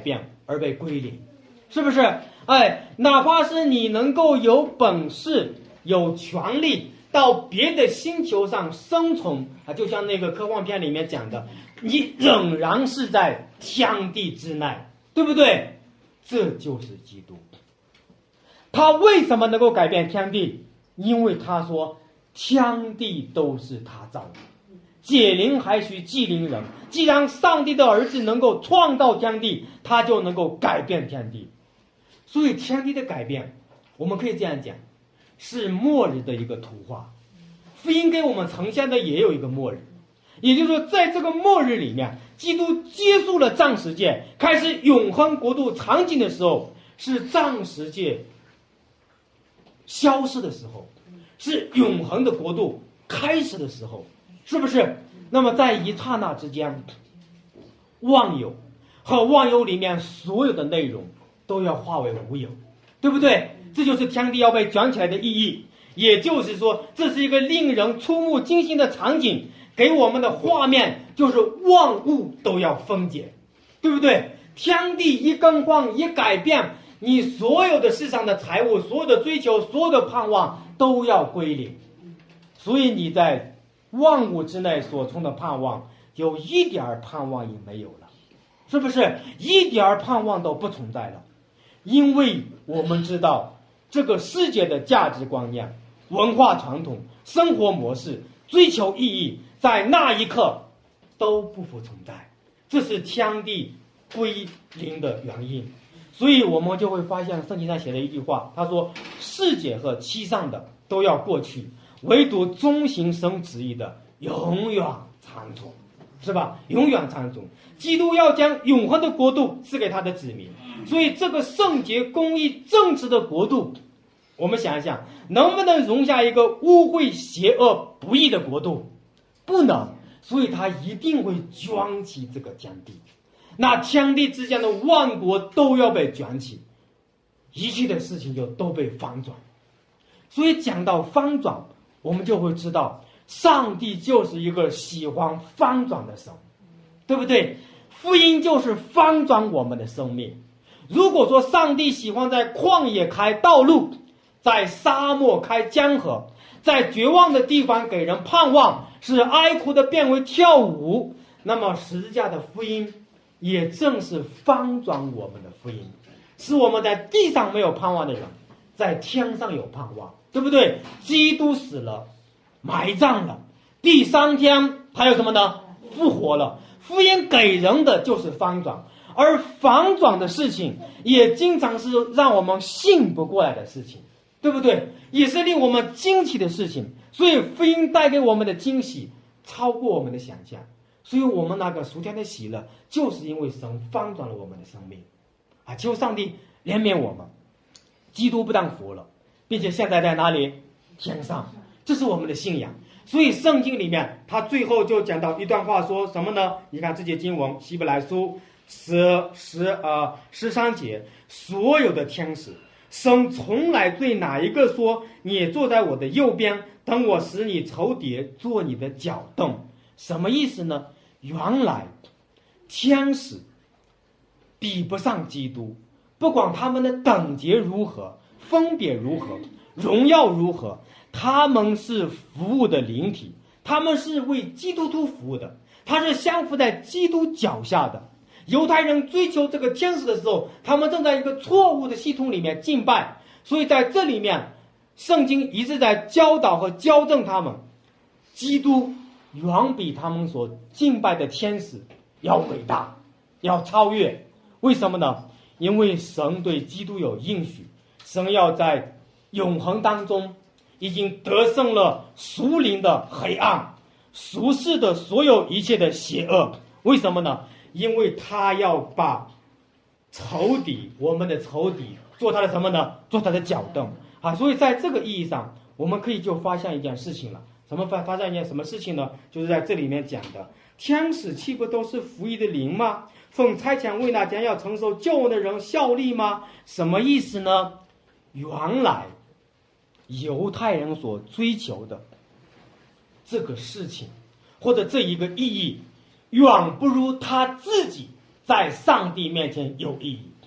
而被归零，是不是？哪怕是你能够有本事、有权利到别的星球上生存啊，就像那个科幻片里面讲的，你仍然是在天地之内，对不对？这就是基督。他为什么能够改变天地？因为他说天地都是他造的，解铃还须系铃人。既然上帝的儿子能够创造天地，他就能够改变天地。所以天地的改变，我们可以这样讲，是末日的一个图画。福音给我们呈现的也有一个末日，也就是说在这个末日里面，基督结束了暂时界，开始永恒国度场景的时候，是暂时界消失的时候，是永恒的国度开始的时候，是不是？那么在一刹那之间，万有和万有里面所有的内容都要化为无有，对不对？这就是天地要被卷起来的意义。也就是说，这是一个令人触目惊心的场景，给我们的画面就是万物都要分解，对不对？天地一更换一改变，你所有的世上的财物、所有的追求、所有的盼望都要归零。所以你在万物之内所存的盼望，有一点盼望也没有了，是不是？一点盼望都不存在了。因为我们知道这个世界的价值观念、文化传统、生活模式、追求意义，在那一刻都不复存在，这是天地归零的原因。所以我们就会发现圣经上写了一句话，他说世界和其上的都要过去，唯独遵行神旨意的永远长存，是吧？永远长存。基督要将永恒的国度赐给他的子民，所以这个圣洁、公义、正直的国度，我们想一想，能不能容下一个污秽、邪恶、不义的国度？不能，所以他一定会卷起这个天地。那天地之间的万国都要被卷起，一切的事情就都被翻转。所以讲到翻转，我们就会知道上帝就是一个喜欢翻转的神，对不对？福音就是翻转我们的生命。如果说上帝喜欢在旷野开道路，在沙漠开江河，在绝望的地方给人盼望，使哀哭的变为跳舞，那么十字架的福音也正是翻转我们的福音，使我们在地上没有盼望的人在天上有盼望，对不对？基督死了，埋葬了，第三天他有什么呢？复活了。福音给人的就是翻转，而反转的事情也经常是让我们信不过来的事情，对不对？也是令我们惊奇的事情。所以福音带给我们的惊喜超过我们的想象。所以我们那个属天的喜乐，就是因为神翻转了我们的生命啊！求上帝怜悯我们。基督不但活了，并且现在在哪里？天上，这是我们的信仰。所以圣经里面他最后就讲到一段话，说什么呢？你看这节经文，希伯来书13节，所有的天使，神从来对哪一个说你坐在我的右边，等我使你仇敌做你的脚凳？什么意思呢？原来天使比不上基督，不管他们的等级如何，分别如何，荣耀如何，他们是服务的灵体，他们是为基督徒服务的，他是相服在基督脚下的。犹太人追求这个天使的时候，他们正在一个错误的系统里面敬拜，所以在这里面圣经一直在教导和矫正他们，基督远比他们所敬拜的天使要伟大，要超越。为什么呢？因为神对基督有应许，神要在永恒当中已经得胜了属灵的黑暗，属世的所有一切的邪恶。为什么呢？因为他要把仇敌，我们的仇敌做他的什么呢？做他的脚凳啊！所以在这个意义上，我们可以就发现一件事情了。发现一件什么事情呢？就是在这里面讲的，天使岂不都是服役的灵吗？奉差遣为那将要承受救恩的人效力吗？什么意思呢？原来犹太人所追求的这个事情，或者这一个意义，远不如他自己在上帝面前有意义。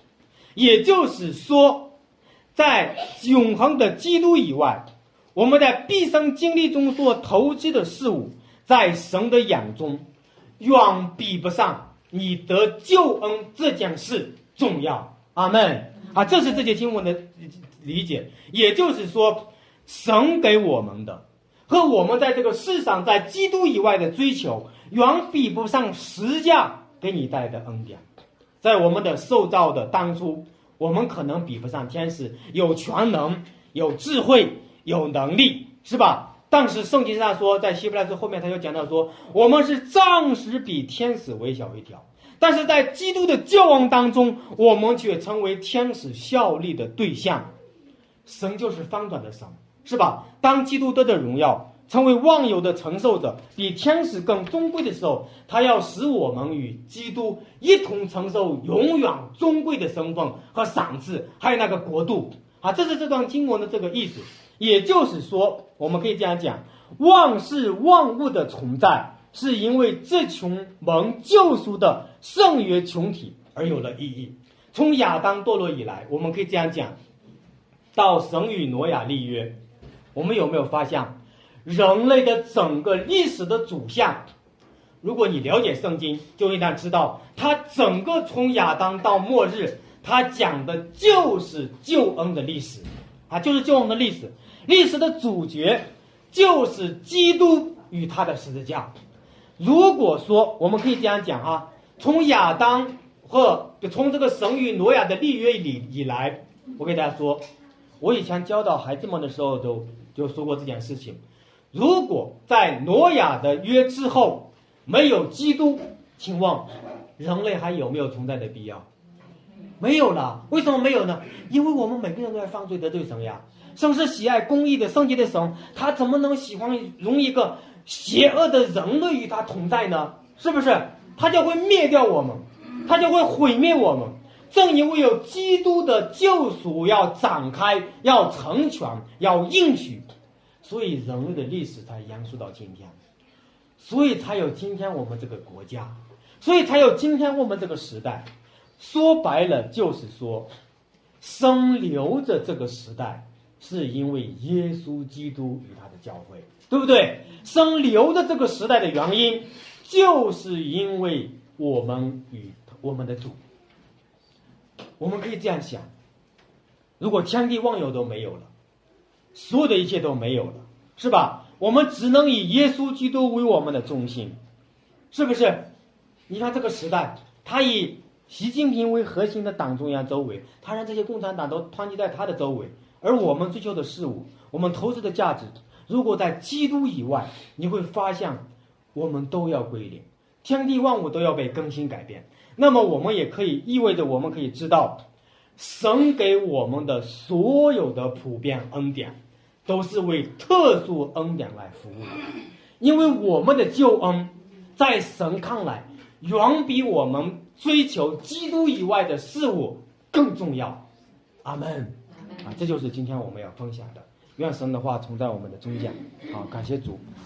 也就是说，在永恒的基督以外，我们在毕生经历中所投资的事物，在神的眼中远比不上你得救恩这件事重要。阿们。这是这节经文的理解。也就是说，神给我们的和我们在这个世上在基督以外的追求，远比不上十架给你带来的恩典。在我们的受造的当初，我们可能比不上天使有全能、有智慧、有能力，是吧？但是圣经上说，在希伯来书后面他就讲到说，我们是暂时比天使微小一条，但是在基督的救恩当中，我们却成为天使效力的对象。神就是翻转的神，是吧？当基督得的荣耀，成为万有的承受者，比天使更尊贵的时候，他要使我们与基督一同承受永远尊贵的身份和赏赐，还有那个国度。这是这段经文的这个意思。也就是说，我们可以这样讲，万事万物的存在是因为这群蒙救赎的圣约群体而有了意义。从亚当堕落以来，我们可以这样讲，到神与挪亚立约，我们有没有发现人类的整个历史的主线？如果你了解圣经，就应当知道，它整个从亚当到末日，它讲的就是救恩的历史，就是救恩的历史。历史的主角就是基督与他的十字架。如果说我们可以这样讲从亚当和从这个神与挪亚的立约以来，我给大家说，我以前教导孩子们的时候就说过这件事情。如果在挪亚的约之后没有基督，请问人类还有没有存在的必要？没有了。为什么没有呢？因为我们每个人都在犯罪得罪神呀。神是喜爱公义的圣洁的神，他怎么能喜欢容一个邪恶的人类与他同在呢？是不是？他就会灭掉我们，他就会毁灭我们。正因为有基督的救赎要展开，要成全，要应许，所以人类的历史才延续到今天，所以才有今天我们这个国家，所以才有今天我们这个时代。说白了就是说，生留着这个时代是因为耶稣基督与他的教会，对不对？生留着这个时代的原因，就是因为我们与我们的主。我们可以这样想，如果天地万有都没有了，所有的一切都没有了，是吧？我们只能以耶稣基督为我们的中心，是不是？你看这个时代，他以习近平为核心的党中央周围，他让这些共产党都团结在他的周围，而我们追求的事物，我们投资的价值，如果在基督以外，你会发现我们都要归零，天地万物都要被更新改变。那么我们也可以意味着我们可以知道，神给我们的所有的普遍恩典都是为特殊恩典来服务的，因为我们的救恩在神看来远比我们追求基督以外的事物更重要。阿们。这就是今天我们要分享的。愿神的话存在我们的中间。好，感谢主。